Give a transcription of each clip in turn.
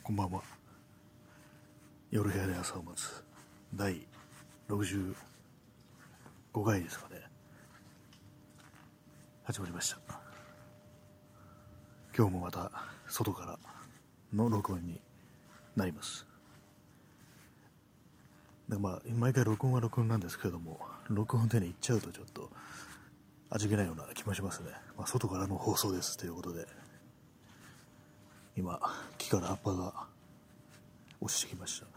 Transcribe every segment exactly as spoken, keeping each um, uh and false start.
こんばんは。夜部屋で朝を待つ第ろくじゅうごかいですかね。始まりました。今日もまた外からの録音になります。でまあ毎回録音は録音なんですけれども、録音でね言っちゃうとちょっと味気ないような気もしますね。まあ、外からの放送ですということで、今木から葉っぱが落ちてきました。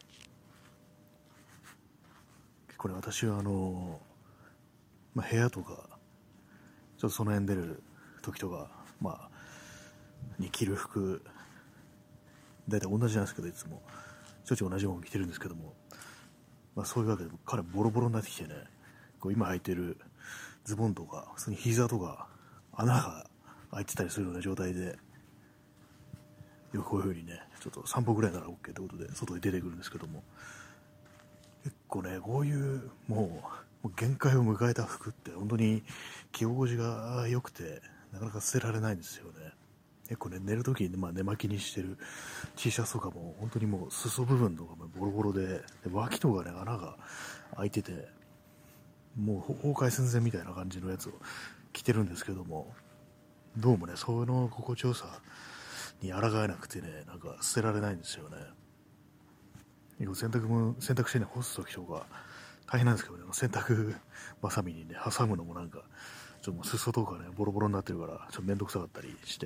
結構ね、私はあの、まあ、部屋とかちょっとその辺出る時とか、まあに着る服大体同じなんですけど、いつもちょいちょい同じもの着てるんですけども、まあ、そういうわけで彼ボロボロになってきてね、こう今履いてるズボンとか普通に膝とか穴が開いてたりするような状態で、よくこういう風にね、ちょっと散歩ぐらいなら OK ってことで外に出てくるんですけども、結構ね、こういうもう、もう限界を迎えた服って本当に着心地が良くてなかなか捨てられないんですよね。結構ね、寝るときに、まあ、寝巻きにしてる T シャツとかも本当にもう裾部分とかもボロボロ で, で脇とかね穴が開いてて、もう崩壊寸前みたいな感じのやつを着てるんですけども、どうもねその心地よさに抗えなくてね、なんか捨てられないんですよね。洗濯も洗濯してね干すときとか大変なんですけどね、洗濯バサミにね挟むのもなんかちょっともう裾とかねボロボロになってるからちょっとめんどくさかったりして、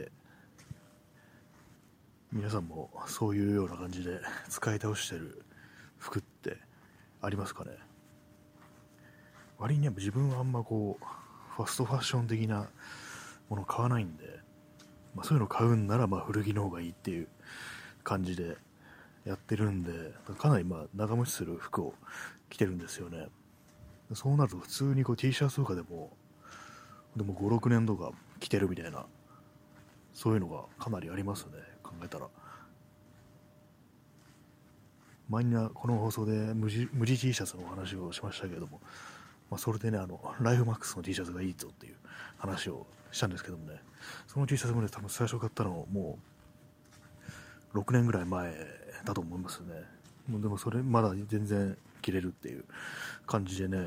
皆さんもそういうような感じで使い倒してる服ってありますかね。割に自分はあんまこうファストファッション的なもの買わないんで、まあ、そういうの買うんならまあ古着の方がいいっていう感じでやってるんで、かなりまあ長持ちする服を着てるんですよね。そうなると普通にこう T シャツとかでもでもご、ろくねんとか着てるみたいな、そういうのがかなりありますね、考えたら。前にこの放送で無地、無地 T シャツの話をしましたけれども、まあ、それでね、あのライフマックスの T シャツがいいぞっていう話をしたんですけどもね、その T シャツもね、多分最初買ったのもうろくねんぐらい前だと思いますね。もうでもそれまだ全然着れるっていう感じでね、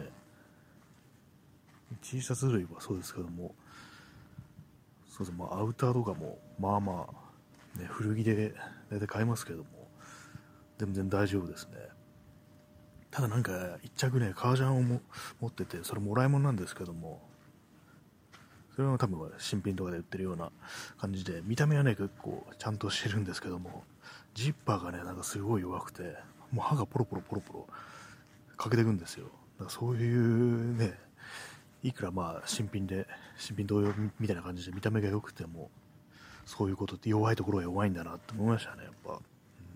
T シャツ類はそうですけども、そうですね、まあ、アウターとかもまあまあ、ね、古着で大体買いますけども全然大丈夫ですね。ただなんか一着ね革ジャンをも持ってて、それもらい物なんですけども、それは多分新品とかで売ってるような感じで、見た目はね結構ちゃんとしてるんですけども、ジッパーがねなんかすごい弱くて、もう歯がポロポロポロポロ欠けていくんですよ。だからそういうね、いくらまあ新品で新品同様みたいな感じで見た目が良くても、そういうことって弱いところが弱いんだなって思いましたね、やっぱ。うん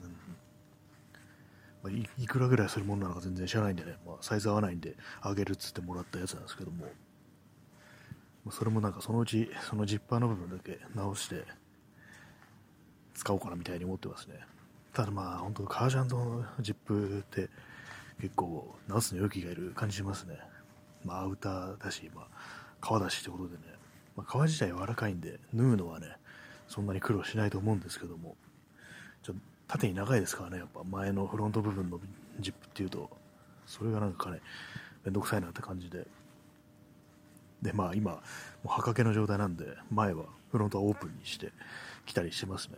まあ、い, いくらぐらいするものなのか全然知らないんでね、まあ、サイズ合わないんであげるっつってもらったやつなんですけども、それもなんかそのうちそのジッパーの部分だけ直して使おうかなみたいに思ってますね。ただまあ本当革ジャンのジップって結構直すの勇気がいる感じしますね。まあアウターだし、まあ、革だしってことでね、まあ、革自体柔らかいんで縫うのはねそんなに苦労しないと思うんですけども、ちょっと縦に長いですからね、やっぱ前のフロント部分のジップっていうとそれがなんかねめんどくさいなって感じで、でまあ今もうはかけの状態なんで、前はフロントはオープンにしてきたりしてますね。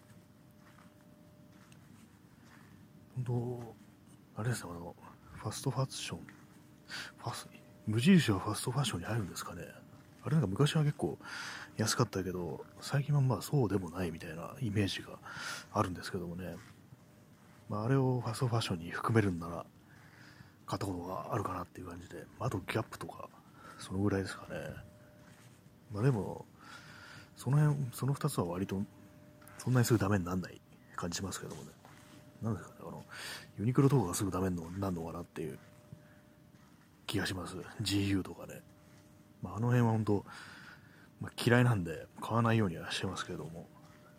本当あれですね、あのファストファッションファス無印はファストファッションに入るんですかね。あれなんか昔は結構安かったけど最近はまあそうでもないみたいなイメージがあるんですけどもね、まあ、あれをファストファッションに含めるんなら買ったことがあるかなっていう感じで、あとギャップとかそのぐらいですかね。まあでもその辺そのふたつは割とそんなにすぐダメにならない感じしますけどもね。なんですかね、あのユニクロとかがすぐダメになるのかなっていう気がします。 ジーユー とかね、まあ、あの辺は本当、まあ、嫌いなんで買わないようにはしてますけども、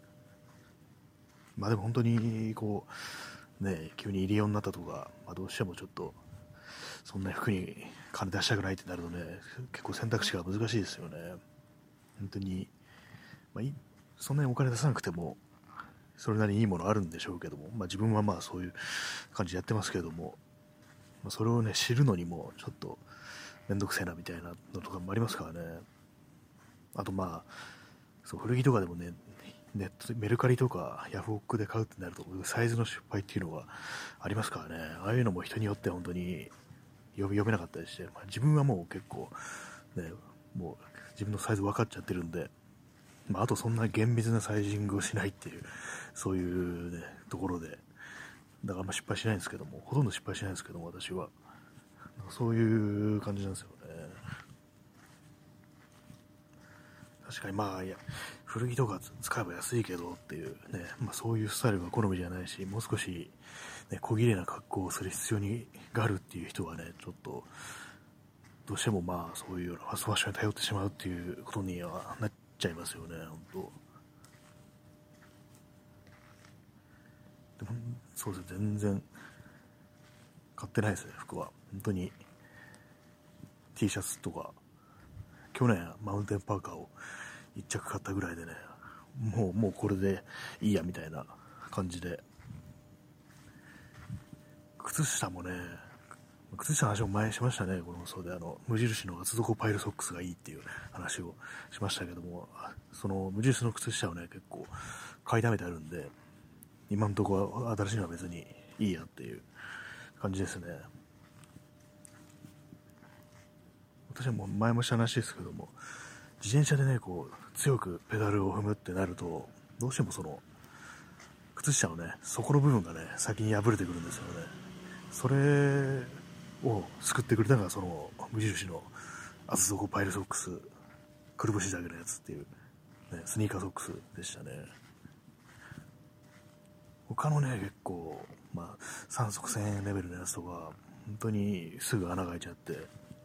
まあでも本当にこうね急に入り用になったとか、まあ、どうしてもちょっとそんな服に金出したくないってなるとね、結構選択肢が難しいですよね。本当に、まあ、そんなにお金出さなくてもそれなりにいいものあるんでしょうけども、まあ、自分はまあそういう感じでやってますけども、まあ、それをね知るのにもちょっとめんどくせえなみたいなのとかもありますからね。あとまあそう古着とかでもね、ネットメルカリとかヤフオクで買うってなるとサイズの失敗っていうのがありますからね。ああいうのも人によって本当に読め読めなかったりして、まあ、自分はもう結構ねもう自分のサイズ分かっちゃってるんで、まあ、あとそんな厳密なサイジングをしないっていうそういう、ね、ところでだからあんま失敗しないんですけども、ほとんど失敗しないんですけども、私はそういう感じなんですよね。確かにまあいや古着とか使えば安いけどっていうね、まあ、そういうスタイルが好みじゃないし、もう少し、ね、小綺麗な格好をする必要にがあるっていう人はね、ちょっとどうしてもまあそういうようなファストファッションに頼ってしまうっていうことにはなっちゃいますよね、本当。でもそうですね、全然買ってないですね、服は。本当に T シャツとか、去年マウンテンパーカーをいっ着買ったぐらいでね、もうもうこれでいいやみたいな感じで。靴下もね、靴下の話も前にしましたね、この放送で。あの無印の厚底パイルソックスがいいっていう話をしましたけども、その無印の靴下をね結構買いだめてあるんで、今のところ新しいのは別にいいやっていう感じですね。私はもう前もした話ですけども、自転車でねこう強くペダルを踏むってなると、どうしてもその靴下のね底の部分がね先に破れてくるんですよね。それを救ってくれたのがその無印の厚底パイルソックス、くるぶしだけのやつっていう、ね、スニーカーソックスでしたね。他のね結構まあさん足せんえんレベルのやつとか本当にすぐ穴が開いちゃって、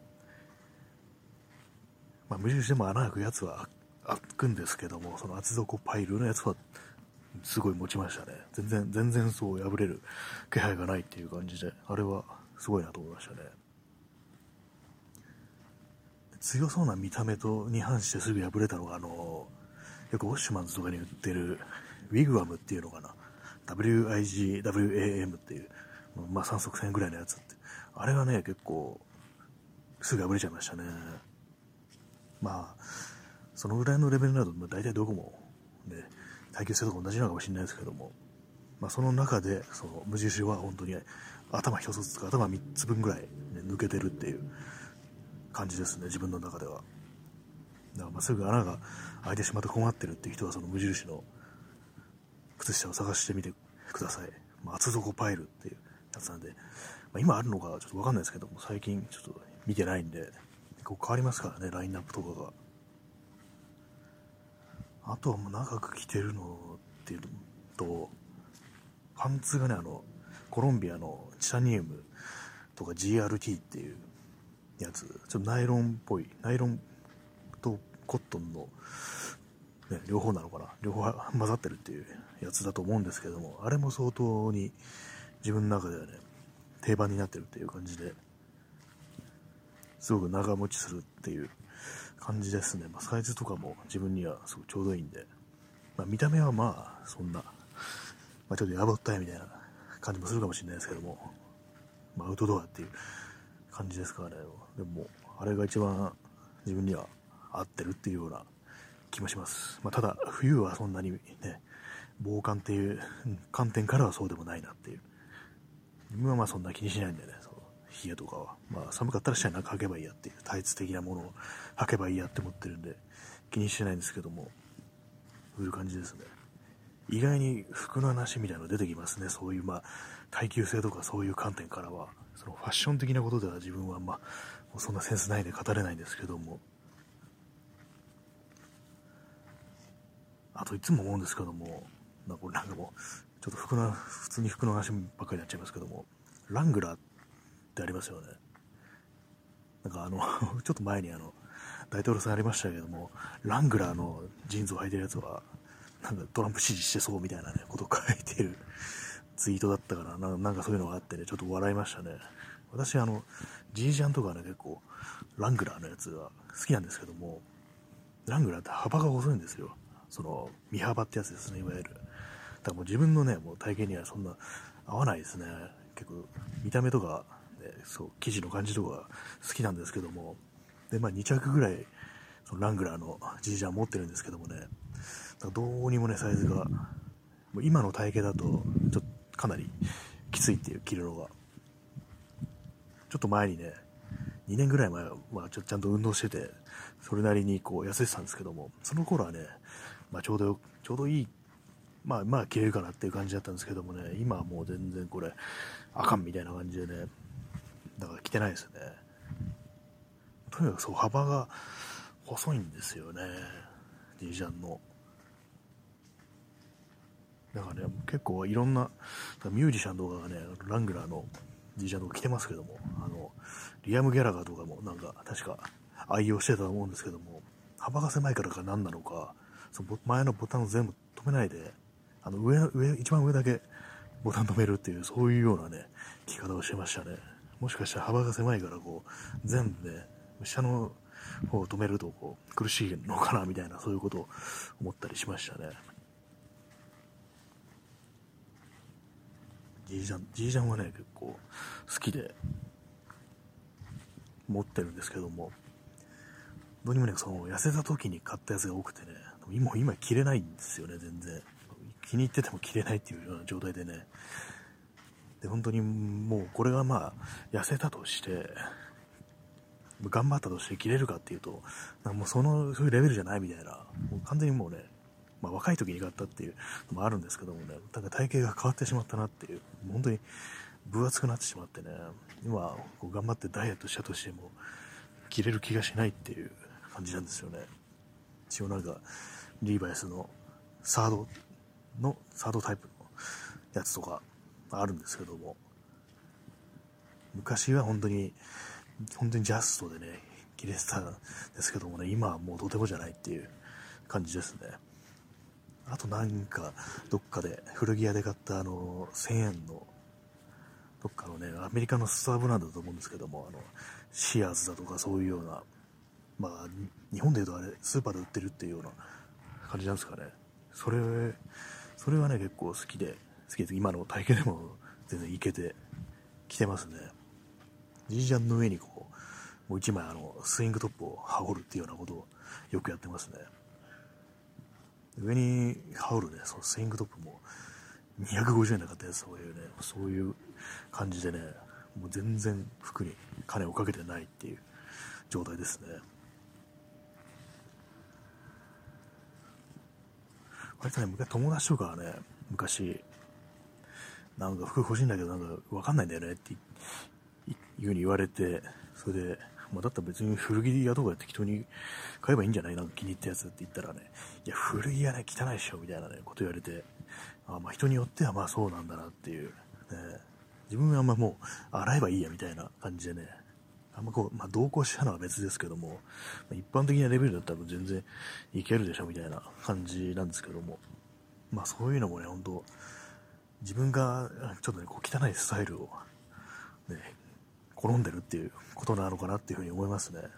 まあ、無印でも穴開くやつは開くんですけども、その厚底パイルのやつはすごい持ちましたね。全然全然そう破れる気配がないっていう感じで、あれはすごいなと思いましたね。強そうな見た目とに反してすぐ破れたのが、あのよくウォッシュマンズとかに売ってるウィグワムっていうのかな、 ダブリューアイジーダブリューエーエム っていう、まあさん足せんえんぐらいのやつって、あれがね結構すぐ破れちゃいましたね。まあそのぐらいのレベルになると、まあ、大体どこもね耐久性とか同じなのかもしれないですけども、まあ、その中でその無印は本当に頭一つつか頭みっつぶんぐらい、ね、抜けてるっていう感じですね、自分の中では。だからまあすぐ穴が開いてしまって困ってるっていう人はその無印の靴下を探してみてください。まあ、厚底パイルっていうやつなんで、まあ、今あるのかちょっと分かんないですけども、最近ちょっと見てないんで結構変わりますからね、ラインナップとかが。あとはもう長く着てるのっていうと、パンツがね、あのコロンビアのチタニウムとか ジーアールティー っていうやつ、ちょっとナイロンっぽい、ナイロンとコットンの、ね、両方なのかな、両方混ざってるっていうやつだと思うんですけども、あれも相当に自分の中ではね定番になってるっていう感じで、すごく長持ちするっていう感じですね。まあ、サイズとかも自分にはすごくちょうどいいんで、まあ、見た目はまあそんな、まあ、ちょっとやぼったいみたいな感じもするかもしれないですけども、まあ、アウトドアっていう感じですからね。でもあれが一番自分には合ってるっていうような気もします。まあ、ただ冬はそんなにね防寒っていう観点からはそうでもないなっていう、自分はまあそんな気にしないんでね、そう冷えとかは、まあ、寒かったら下になんか履けばいいやっていう、タイツ的なものを履けばいいやって思ってるんで気にしてないんですけども、そういう感じですね。意外に服の話みたいなの出てきますね。そういうまあ耐久性とかそういう観点からは、そのファッション的なことでは自分はまあそんなセンスないで語れないんですけども、あといつも思うんですけども、なんかこれなんかもうちょっと服の普通に服の話ばっかりになっちゃいますけども、ラングラーってありますよね。なんかあのちょっと前にあの大統領選ありましたけども、ラングラーのジーンズを履いてるやつはなんかトランプ支持してそうみたいなねことを書いてるツイートだったからな、なんかそういうのがあってね、ちょっと笑いましたね。私あのジージャンとかね結構ラングラーのやつが好きなんですけども、ラングラーって幅が細いんですよ。その身幅ってやつですね、いわゆるらもう自分のね、もう体型にはそんな合わないですね。結構見た目とか、ね、そう生地の感じとか好きなんですけども、でまあに着ぐらいそのラングラーのジージャン持ってるんですけどもね、どうにもねサイズがもう今の体型だとちょっとかなりきついっていう、着るのが。ちょっと前にねにねんぐらい前は、まあ、ちょちゃんと運動しててそれなりにこう痩せてたんですけども、その頃はね、まあ、ちょうどよちょうどいい、まあまあ着れるかなっていう感じだったんですけどもね、今はもう全然これあかんみたいな感じでね、だから着てないですね。とにかくそう幅が細いんですよね、ジージャンの。だからね、結構いろんなミュージシャンとかがねラングラーのジージャンとか着てますけども、あのリアム・ギャラガーとかもなんか確か愛用してたと思うんですけども、幅が狭いからか何なのか、その前のボタンを全部止めないで、あの上上一番上だけボタン止めるっていう、そういうようなね着方をしてましたね。もしかしたら幅が狭いからこう全部ね下の方を止めるとこう苦しいのかなみたいな、そういうことを思ったりしましたね。ジージャン、ジージャンはね結構好きで持ってるんですけども、どうにもねその痩せた時に買ったやつが多くてね、今今着れないんですよね。全然気に入ってても着れないっていうような状態でね、で本当にもうこれがまあ痩せたとして頑張ったとして着れるかっていうと、もうそのそういうレベルじゃないみたいな、もう完全にもうね、まあ、若い時に買ったっていうのもあるんですけどもね、だから体型が変わってしまったなっていう、本当に分厚くなってしまってね、今こう頑張ってダイエットしたとしても着れる気がしないっていう感じなんですよね。一応なんかリーバイスのサードのサードタイプのやつとかあるんですけども、昔は本当に本当にジャストでね着れてたんですけどもね、今はもうとてもじゃないっていう感じですね。あとなんかどっかで古着屋で買ったあのせんえんのどっかのねアメリカのストアブランドだと思うんですけども、あのシアーズだとかそういうような、まあ日本でいうとあれスーパーで売ってるっていうような感じなんですかね。それそれはね結構好きで好きで今の体型でも全然いけて着てますね。ジージャンの上にこうもう一枚あのスイングトップを羽織るっていうようなことをよくやってますね。上に羽織るねそのスイングトップもにひゃくごじゅうえんで買ったやつとかいうね、そういう感じでね、もう全然服に金をかけてないっていう状態ですね。割とね昔友達とかはね、昔なんか服欲しいんだけどなんか分かんないんだよねっていう風に言われて、それで、まあ、だったら別に古着屋とかで適当に買えばいいんじゃない、なんか気に入ったやつって言ったらね、いや古着屋ね汚いっしょみたいなねこと言われて、あまあ人によってはまあそうなんだなっていう、ね、自分はあんまもう洗えばいいやみたいな感じでね、あんまこう、まあ、同行したのは別ですけども、まあ、一般的なレベルだったら全然いけるでしょみたいな感じなんですけども、まあそういうのもね本当自分がちょっとねこう汚いスタイルをね好んでるっていうことなのかなっていうふうに思いますね。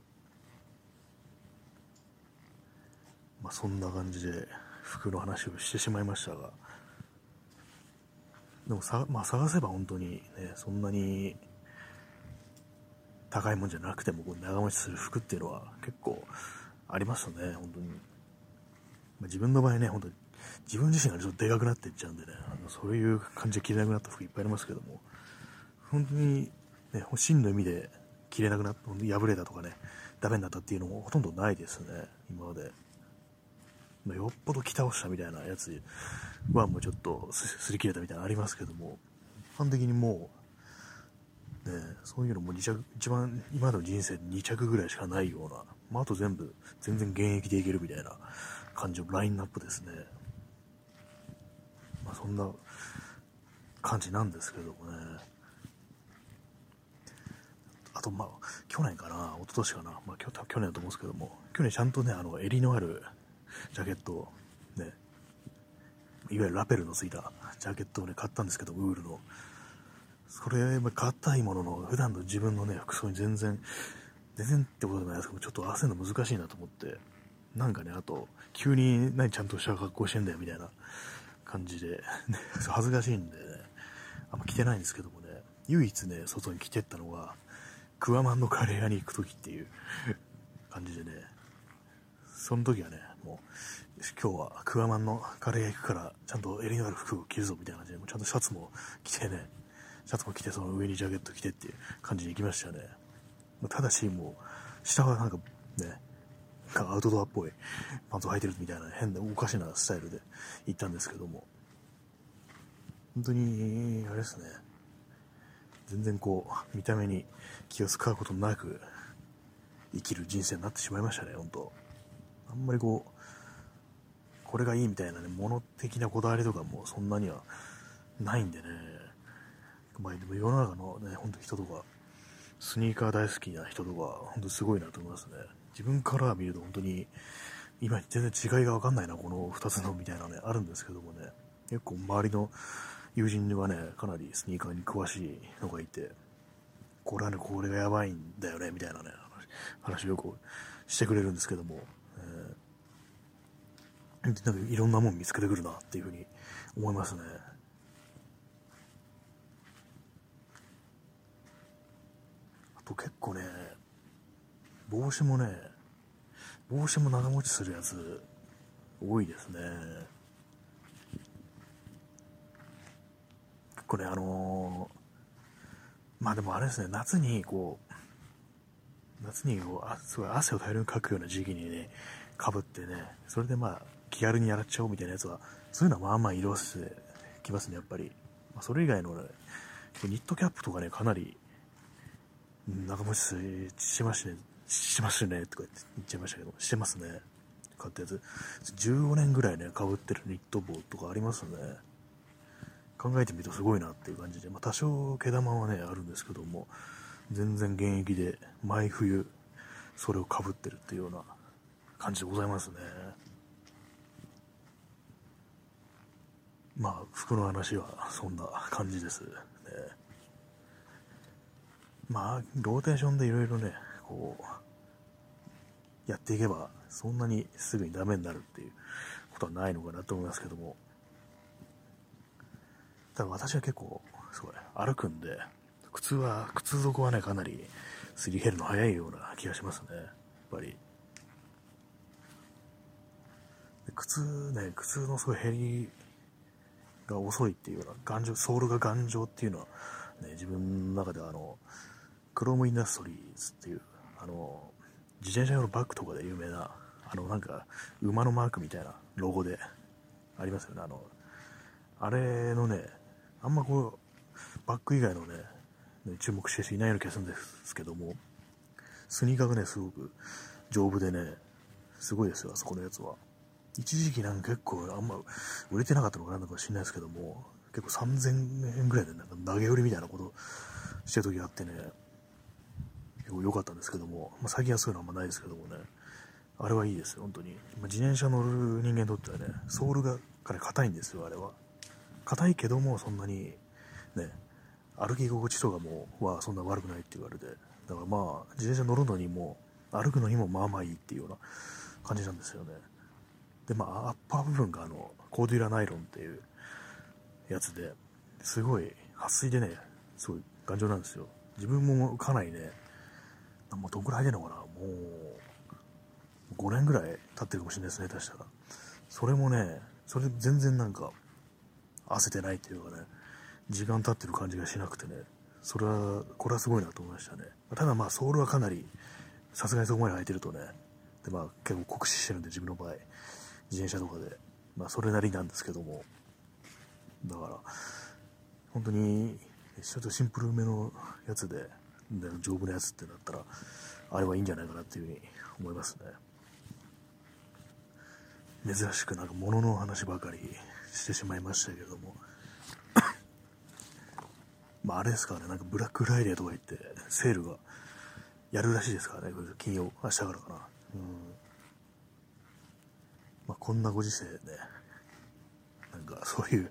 まあそんな感じで服の話をしてしまいましたが、でもさ、まあ、探せば本当にねそんなに高いもんじゃなくてもこう長持ちする服っていうのは結構ありますよね本当に。まあ、自分の場合ね本当に自分自身がちょっとでかくなっていっちゃうんでね、あのそういう感じで着れなくなった服いっぱいありますけども、本当にね真の意味で着れなくなった破れたとかねダメになったっていうのもほとんどないですね今まで。まあ、よっぽど着倒したみたいなやつはもうちょっとすり切れたみたいなのありますけども、一般的にもうねそういうのもに着一番今の人生でに着ぐらいしかないような、まあ、あと全部全然現役でいけるみたいな感じのラインナップですね。まあ、そんな感じなんですけどもね。あとまあ去年かな一昨年かな、まあ、去去年だと思うんですけども、去年ちゃんとねあの襟のあるジャケットをね、いわゆるラペルのついたジャケットをね買ったんですけど、ウールのそれ買ったいものの普段の自分のね服装に全然全然ってことじゃないですけど、ちょっと合わせるの難しいなと思って、なんかねあと急に何ちゃんとした格好してんだよみたいな感じで、ね、恥ずかしいんでね、あんま着てないんですけどもね、唯一ね、外に着てったのが、クワマンのカレー屋に行くときっていう感じでね、その時はね、もう、今日はクワマンのカレー屋行くから、ちゃんと襟のある服を着るぞみたいな感じで、ちゃんとシャツも着てね、シャツも着て、その上にジャケット着てっていう感じで行きましたね。ただし、もう、下はなんかね、なんかアウトドアっぽいパンツを履いてるみたいな変なおかしなスタイルで行ったんですけども、本当に、あれですね、全然こう、見た目に気を使うことなく生きる人生になってしまいましたね、本当。あんまりこう、これがいいみたいなね、物的なこだわりとかもそんなにはないんでね、まあでも世の中のね、本当人とか、スニーカー大好きな人とか、本当すごいなと思いますね。自分から見ると本当に、今全然違いが分かんないな、この二つのみたいなね、あるんですけどもね、結構周りの友人にはね、かなりスニーカーに詳しいのがいて、これはね、これがやばいんだよね、みたいなね、話をよくしてくれるんですけども、えー、なんかいろんなもん見つけてくるなっていうふうに思いますね。あと結構ね、帽子もね、帽子も長持ちするやつ多いですね。結構ね、あのー、まあでもあれですね、夏にこう、夏にこうあすごい汗を大量にかくような時期にね、かぶってね、それでまあ気軽にやらっちゃおうみたいなやつは、そういうのはまあまあ色してきますね、やっぱり。まあ、それ以外のね、ニットキャップとかね、かなり長持ちしましてね、しますねとか言って言っちゃいましたけど、してますね。買ったやつ。じゅうごねんぐらいね、被ってるニット帽とかありますね。考えてみるとすごいなっていう感じで、まあ多少毛玉はね、あるんですけども、全然現役で毎冬それを被ってるっていうような感じでございますね。まあ服の話はそんな感じですね。まあローテーションでいろいろね、こうやっていけばそんなにすぐにダメになるっていうことはないのかなと思いますけども、ただ私は結構すごい歩くんで、靴は靴底はねかなりすり減るの早いような気がしますね、やっぱり。靴ね、靴のすごい減りが遅いっていうような、頑丈、ソールが頑丈っていうのは、ね、自分の中ではあのクロームインダストリーズっていうあの自転車用のバッグとかで有名な、あのなんか馬のマークみたいなロゴでありますよね。あのあれのね、あんまこうバッグ以外のね注目してる人いないような気がするんですけども、スニーカーがねすごく丈夫でね、すごいですよ、あそこのやつは。一時期なんか結構あんま売れてなかったのかなんだか知んないですけども、結構さんぜんえんぐらいでなんか投げ売りみたいなことしてる時があってね、結構良かったんですけども、まあ、最近はそういうのはあんまないですけどもね、あれはいいですよ、本当に。まあ、自転車乗る人間にとってはね、ソールがかなり硬いんですよ、あれは。硬いけども、そんなにね、歩き心地とかもはそんな悪くないって言われて、だからまあ、自転車乗るのにも、歩くのにもまあまあいいっていうような感じなんですよね。で、まあ、アッパー部分があの、コーデュラナイロンっていうやつで、すごい、撥水でね、すごい頑丈なんですよ。自分もかなりね、もうどんくらい履いてるのかな、もうごねんぐらい経ってるかもしれないですね、確か。それもね、それ全然なんか焦ってないというかね、時間経ってる感じがしなくてね、それはこれはすごいなと思いましたね。ただまあソールはかなりさすがにそこまで履いてるとね、でまあ結構酷使してるんで、自分の場合自転車とかで、まあそれなりなんですけども、だから本当にちょっとシンプルめのやつで丈夫なやつってなったらあれはいいんじゃないかなっていうふうに思いますね。珍しくなんか物の話ばかりしてしまいましたけれどもまああれですからね、なんかブラックフライデーとか言ってセールがやるらしいですからね、金曜、明日からかな。うん、まあこんなご時世ね、なんかそういう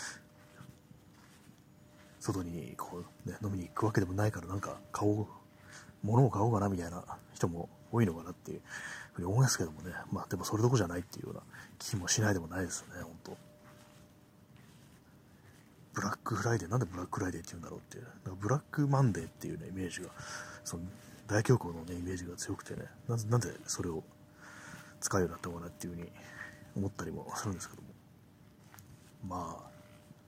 外にこう、ね、飲みに行くわけでもないから、なんか買おう、物を買おうかなみたいな人も多いのかなっていうふうに思いますけどもね。まあでもそれどころじゃないっていうような気もしないでもないですよね、本当。 ブラックフライデー、なんでブラックフライデーって言うんだろうっていう、なんかブラックマンデーっていう、ね、イメージが、その大恐慌の、ね、イメージが強くてね、なぜ、なんでそれを使うようになったのかなっていう風に思ったりもするんですけども、まあ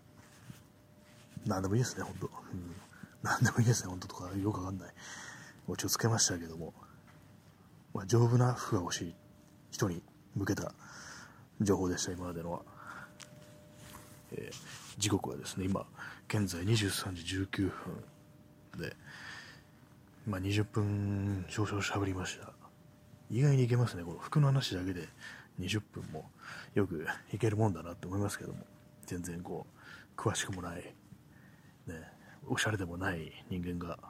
なんでもいいですね、本当、うん、なんでもいいですね、本当とかよくわかんないオチをつけましたけども、まあ、丈夫な服が欲しい人に向けた情報でした、今までのは。えー、時刻はですね、今現在にじゅうさんじじゅうきゅうふんで、まあ、にじゅっぷん少々しゃべりました。意外にいけますね、この服の話だけでにじゅっぷんもよくいけるもんだなって思いますけども、全然こう詳しくもない、ね、おしゃれでもない人間が、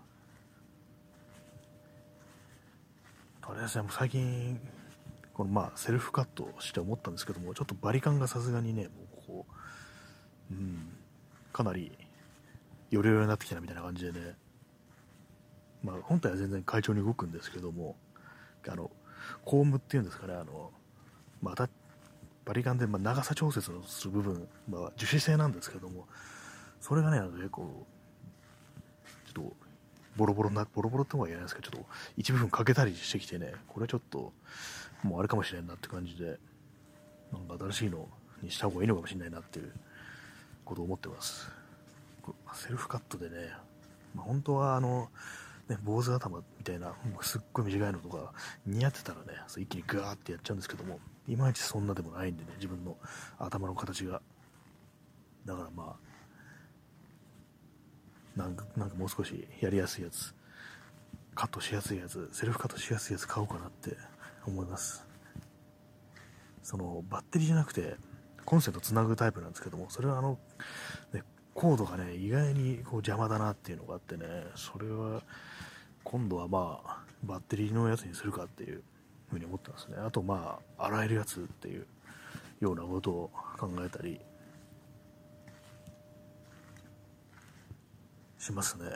とりあえずね、もう最近このまあセルフカットして思ったんですけども、ちょっとバリカンがさすがにね、もうこう、うん、かなりヨレヨレになってきたなみたいな感じでね、まあ本体は全然快調に動くんですけども、あのコームっていうんですかね、あのまたバリカンでまあ長さ調節をする部分、まあ、樹脂製なんですけども、それがね、なんか結構ちょっとボロボロなボロボロってのは言えないですけど、ちょっと一部分欠けたりしてきてね、これちょっともうあれかもしれんなって感じで、なんか新しいのにした方がいいのかもしれないなっていうことを思ってます。セルフカットでね、まあ、本当はあのね、坊主頭みたいなもうすっごい短いのとか似合ってたらね、一気にグワーってやっちゃうんですけども、いまいちそんなでもないんでね、自分の頭の形が。だからまあなんかなんかもう少しやりやすいやつ、カットしやすいやつ、セルフカットしやすいやつ買おうかなって思います。そのバッテリーじゃなくてコンセントつなぐタイプなんですけども、それはあの、ね、コードがね意外にこう邪魔だなっていうのがあってね、それは今度はまあバッテリーのやつにするかっていうふうに思ってますね。あとまあ洗えるやつっていうようなことを考えたりしますね。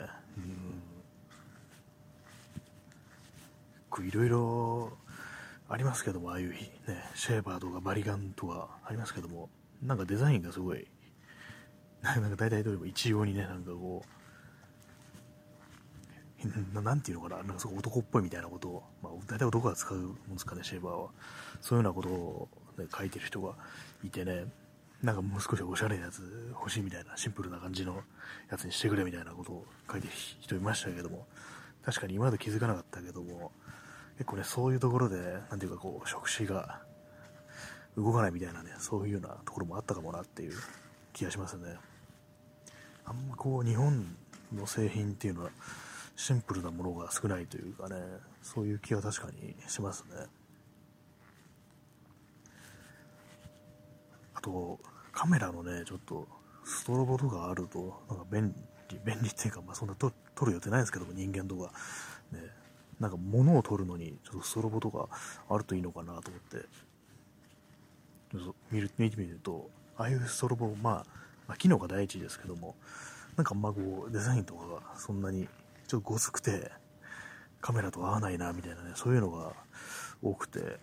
うん、いろいろありますけども、ああいうねシェーバーとかバリガンとかありますけども、なんかデザインがすごいなんか大体どれも一様にね、なんかこうなんていうのかな、なんかすごい男っぽいみたいなことを、まあ、大体男が使うもんですかね、シェーバーは。そういうようなことを、ね、書いてる人がいてね、なんかもう少しおしゃれなやつ欲しいみたいな、シンプルな感じのやつにしてくれみたいなことを書いてる人いましたけども、確かに今まで気づかなかったけども、結構ね、そういうところで、なんていうかこう、触手が動かないみたいなね、そういうようなところもあったかもなっていう気がしますね。あんまこう、日本の製品っていうのは、シンプルなものが少ないというかね、そういう気は確かにしますね。あとカメラのね、ちょっとストロボとかあるとなんか便利便利っていうか、まあ、そんな撮る予定ないですけども、人間とかね、なんか物を撮るのにちょっとストロボとかあるといいのかなと思って見る見てみると、ああいうストロボ、まあ、まあ機能が第一ですけども、なんかあんまこうデザインとかがそんなにちょっとごつくてカメラと合わないなみたいなね、そういうのが多くて、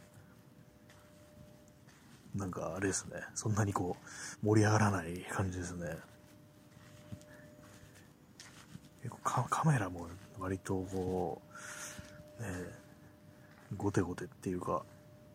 なんかあれですね、そんなにこう盛り上がらない感じですね。結構カメラも割とこうね、ゴテゴテっていうか、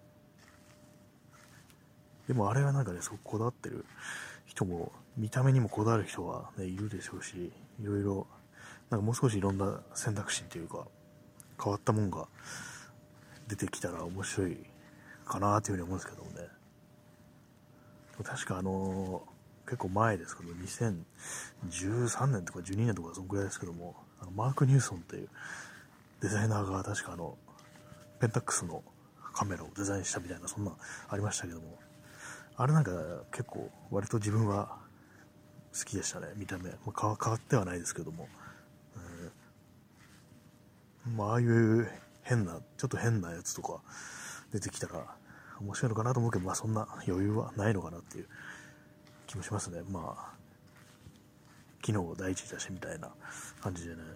でもあれはなんかね、すごくこだわってる人も、見た目にもこだわる人は、ね、いるでしょうし、いろいろなんかもう少しいろんな選択肢っていうか変わったもんが出てきたら面白いかなというふうに思うんですけどもね。確かあのー、結構前ですけど、にせんじゅうさんねんとかじゅうにねんとかそのくらいですけども、あのマーク・ニューソンっていうデザイナーが確かあのペンタックスのカメラをデザインしたみたいな、そんなありましたけども、あれなんか結構割と自分は好きでしたね、見た目、まあ、変わ変わってはないですけども、うん、まあああいう変なちょっと変なやつとか出てきたら面白いのかなと思うけど、まあそんな余裕はないのかなっていう気もしますね。まあ機能第一だしみたいな感じでね、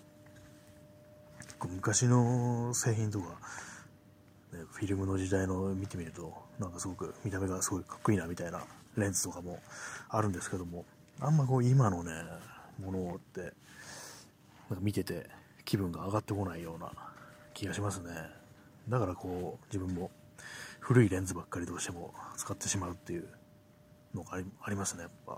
昔の製品とか、ね、フィルムの時代の見てみるとなんかすごく見た目がすごいかっこいいなみたいなレンズとかもあるんですけども、 あんまこう今のねものってなんか見てて気分が上がってこないような気がしますね。だからこう自分も古いレンズばっかりどうしても使ってしまうっていうのがあり、ありますねやっぱ。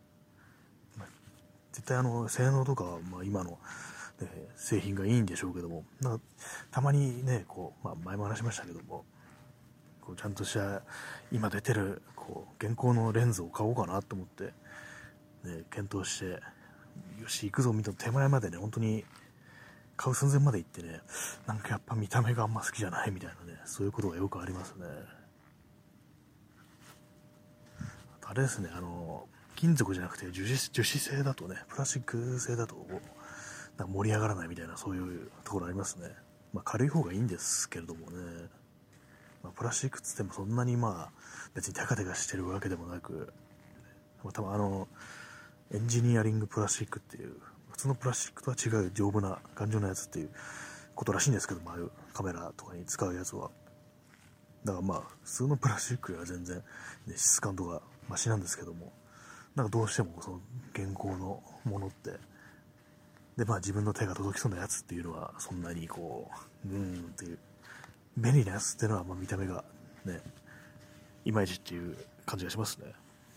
絶対あの性能とかはまあ今の、ね、製品がいいんでしょうけども、なんかたまにねこう、まあ、前も話しましたけども、こうちゃんとした今出てるこう現行のレンズを買おうかなと思って、ね、検討して、よし行くぞみたいな手前までね本当に買う寸前まで行ってね、なんかやっぱ見た目があんま好きじゃないみたいなね、そういうことがよくありますね。あれですね、あの金属じゃなくて樹脂、樹脂製だとね、プラスチック製だとなんか盛り上がらないみたいな、そういうところありますね。まあ軽い方がいいんですけれどもね、まあ、プラスチックっつってもそんなにまあ別にテカテカしてるわけでもなく、まあ、多分あのエンジニアリングプラスチックっていう普通のプラスチックとは違う丈夫な頑丈なやつっていうことらしいんですけども、ああいうカメラとかに使うやつはだからまあ普通のプラスチックよりは全然、ね、質感とかマシなんですけども、なんかどうしてもその現行のものってでまあ自分の手が届きそうなやつっていうのはそんなにこううーんっていう便利なやつっていうのはまあ見た目がねいまいちっていう感じがしますね。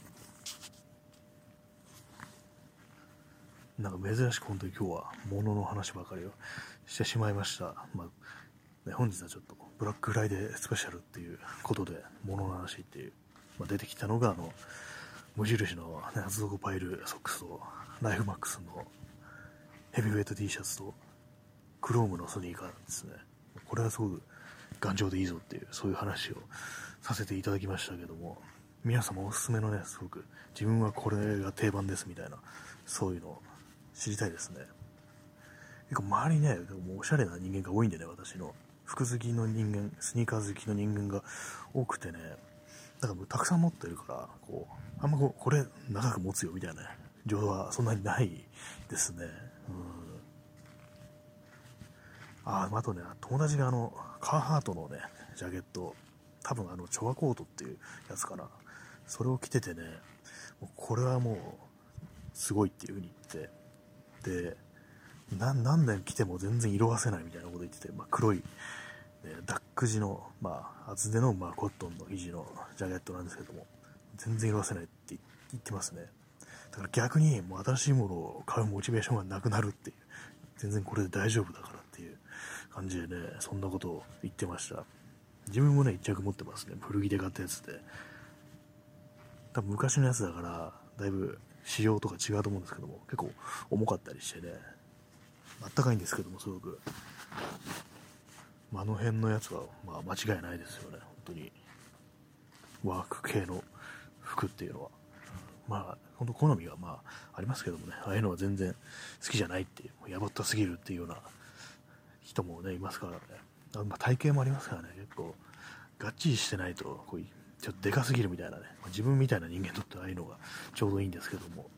なんか珍しく本当に今日は物の話ばかりをしてしまいました。まあね、本日はちょっとブラックフライデースペシャルっていうことで物の話っていう、まあ、出てきたのがあの無印の、ね、厚底パイルソックスとライフマックスのヘビーウェイト T シャツとクロームのスニーカーですね。これはすごく頑丈でいいぞっていうそういう話をさせていただきましたけども、皆様おすすめのねすごく自分はこれが定番ですみたいなそういうのを知りたいですね。結構周りねもうおしゃれな人間が多いんでね、私の服好きの人間スニーカー好きの人間が多くてね、だからたくさん持ってるからこうあんまこうこれ長く持つよみたいな情報はそんなにないですね。うん、ああとね友達があのカーハートのねジャケット、多分あのチョアコートっていうやつかな、それを着ててね、もうこれはもうすごいっていう風に言ってで何何年着ても全然色あせないみたいなこと言ってて、まあ、黒い、ね、ダック地の、まあ、厚手の、まあ、コットンの生地のジャケットなんですけども全然色あせないって言ってますね。だから逆にもう新しいものを買うモチベーションがなくなるっていう、全然これで大丈夫だからっていう感じでね、そんなことを言ってました。自分もね一着持ってますね、古着で買ったやつで。多分昔のやつだからだいぶ仕様とか違うと思うんですけども、結構重かったりしてね、あったかいんですけどもすごく、まあ、あの辺のやつはまあ間違いないですよね。本当にワーク系の服っていうのはまあ本当好みはまあありますけどもね、ああいうのは全然好きじゃないっていう、やばったすぎるっていうような人もねいますからね。あ、まあ、体型もありますからね、結構がっちりしてないとこうちょっとでかすぎるみたいなね、まあ、自分みたいな人間にとってはああいうのがちょうどいいんですけども、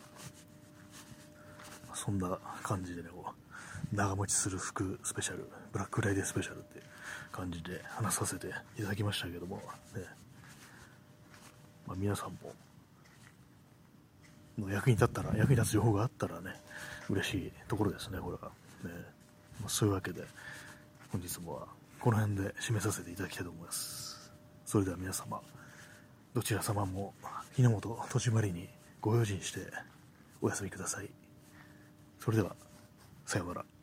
まあ、そんな感じでねこう長持ちする服スペシャル、ブラックフライデースペシャルって感じで話させていただきましたけども、ね、まあ、皆さんもの役に立ったら役に立つ情報があったらね嬉しいところですね、これはね。まあ、そういうわけで本日もはこの辺で締めさせていただきたいと思います。それでは皆様どちら様も日の本戸締まりにご用心してお休みください。それではさようなら。